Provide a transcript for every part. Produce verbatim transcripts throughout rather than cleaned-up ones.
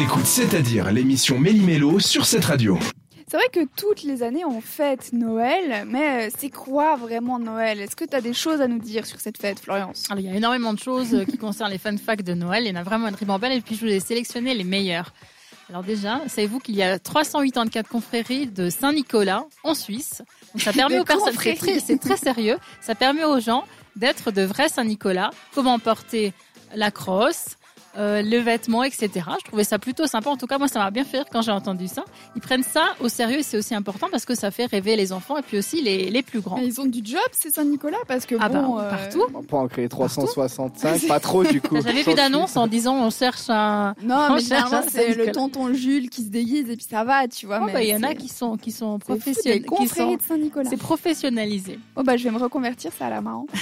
T'écoutes C'est-à-dire l'émission Méli-Mélo sur cette radio. C'est vrai que toutes les années on fête Noël, mais c'est quoi vraiment Noël ? Est-ce que tu as des choses à nous dire sur cette fête, Florence ? Alors, il y a énormément de choses qui concernent les fun facts de Noël. Il y en a vraiment une ribambelle et puis je vous ai sélectionné les meilleurs. Alors déjà, savez-vous qu'il y a trois cent quatre-vingt-quatre confréries de Saint-Nicolas en Suisse. Donc ça permet aux personnes, c'est très, c'est très sérieux, ça permet aux gens d'être de vrais Saint-Nicolas. Comment porter la crosse, Euh, le vêtement, et cetera. Je trouvais ça plutôt sympa. En tout cas, moi, ça m'a bien fait rire quand j'ai entendu ça. Ils prennent ça au sérieux et c'est aussi important parce que ça fait rêver les enfants et puis aussi les, les plus grands. Mais ils ont du job, ces Saint-Nicolas, parce que ah bon... bah, euh... partout. On peut en créer trois cent soixante-cinq, pas trop du coup. J'avais vu d'annonce en disant on cherche un... Non, on mais cherche généralement, un c'est Saint-Nicolas. le tonton Jules qui se déguise et puis ça va, tu vois. Oh, mais bah, il y en a c'est... qui sont, qui sont C'est fou, professionnels. des confréries de Saint-Nicolas. C'est professionnalisé. Oh bah je vais me reconvertir, ça a l'air marrant.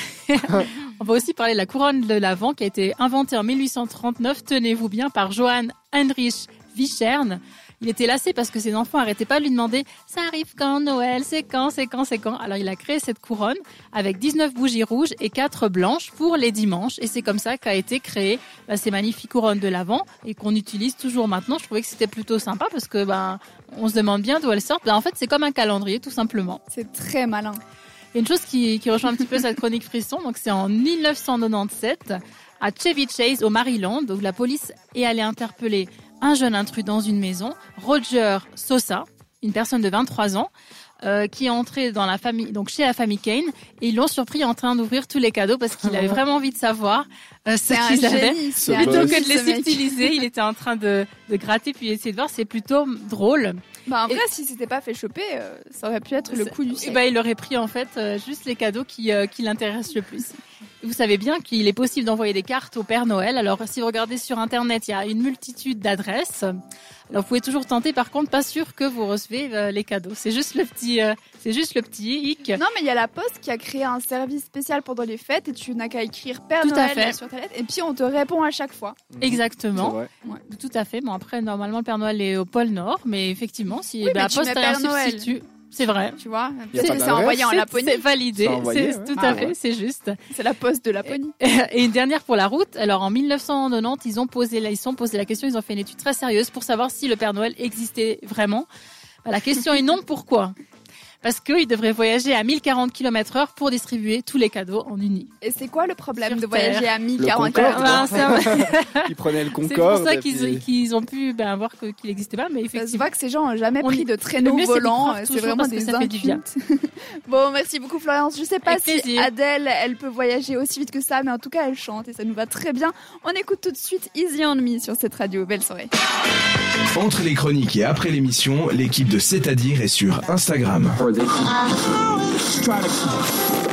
On va aussi parler de la couronne de l'Avent qui a été inventée en mille huit cent trente-neuf, tenez-vous bien, par Johann Heinrich Vichern. Il était lassé parce que ses enfants arrêtaient pas de lui demander « Ça arrive quand Noël ? C'est quand ? C'est quand ? C'est quand ?» Alors il a créé cette couronne avec dix-neuf bougies rouges et quatre blanches pour les dimanches. Et c'est comme ça qu'a été créée bah, ces magnifiques couronnes de l'Avent et qu'on utilise toujours maintenant. Je trouvais que c'était plutôt sympa parce que bah, on se demande bien d'où elles sortent. Bah, en fait, c'est comme un calendrier tout simplement. C'est très malin. Il y a une chose qui, qui rejoint un petit peu cette chronique frisson. Donc c'est en mille neuf cent quatre-vingt-dix-sept à Chevy Chase au Maryland. Donc la police est allée interpeller un jeune intrus dans une maison, Roger Sosa, une personne de vingt-trois ans, euh, qui est entré dans la famille, donc chez la famille Kane, et ils l'ont surpris en train d'ouvrir tous les cadeaux parce qu'il avait vraiment envie de savoir euh, ce qu'ils avaient. C'est Plutôt un que de les ce mec. subtiliser, il était en train de, de gratter puis essayer de voir. C'est plutôt drôle. Bah après, Et- si c'était pas fait choper, euh, ça aurait pu être le coup du Et siècle. bah, il aurait pris en fait euh, juste les cadeaux qui, euh, qui l'intéressent le plus. Vous savez bien qu'il est possible d'envoyer des cartes au Père Noël. Alors, si vous regardez sur Internet, il y a une multitude d'adresses. Alors, vous pouvez toujours tenter. Par contre, pas sûr que vous recevez euh, les cadeaux. C'est juste le petit, euh, c'est juste le petit hic. Non, mais il y a la Poste qui a créé un service spécial pendant les fêtes et tu n'as qu'à écrire Père Tout à Noël fait. sur ta lettre et puis on te répond à chaque fois. Exactement. C'est vrai. Tout à fait. Bon, après, normalement, le Père Noël est au pôle Nord, mais effectivement, si Oui, bah, mais la tu Poste mets a un Père Noël. substitut, c'est vrai. Tu vois, Y a c'est pas c'est d'adresse. envoyé en C'est- Laponie. C'est validé. C'est envoyé, C'est ouais. tout Ah à ouais. fait. C'est juste. C'est la Poste de Laponie. Et une dernière pour la route. Alors en mille neuf cent quatre-vingt-dix, ils ont posé, la- ils se sont posé la question, ils ont fait une étude très sérieuse pour savoir si le Père Noël existait vraiment. Bah, la question est non, pourquoi ? Parce qu'il devrait voyager à mille quarante kilomètres heure pour distribuer tous les cadeaux en une nuit. Et c'est quoi le problème Sur de voyager Terre. à mille Le quarante Concorde. kilomètres Ben, ça- Ils prenaient le c'est Concorde. pour ça et qu'ils, puis- qu'ils ont pu ben, voir que, qu'il n'existait pas, mais Ça se effectivement. voit que ces gens n'ont jamais On pris y- de traîneau le mieux, c'est d'y volant. croire C'est toujours vraiment parce que des ça fait du bien. incultes. Bon, merci beaucoup Florence. Je sais pas Avec si plaisir. Adèle, elle peut voyager aussi vite que ça, mais en tout cas, elle chante et ça nous va très bien. On écoute tout de suite Easy on Me sur cette radio. Belle soirée. Entre les chroniques et après l'émission, l'équipe de C'est-à-dire est sur Instagram. Try to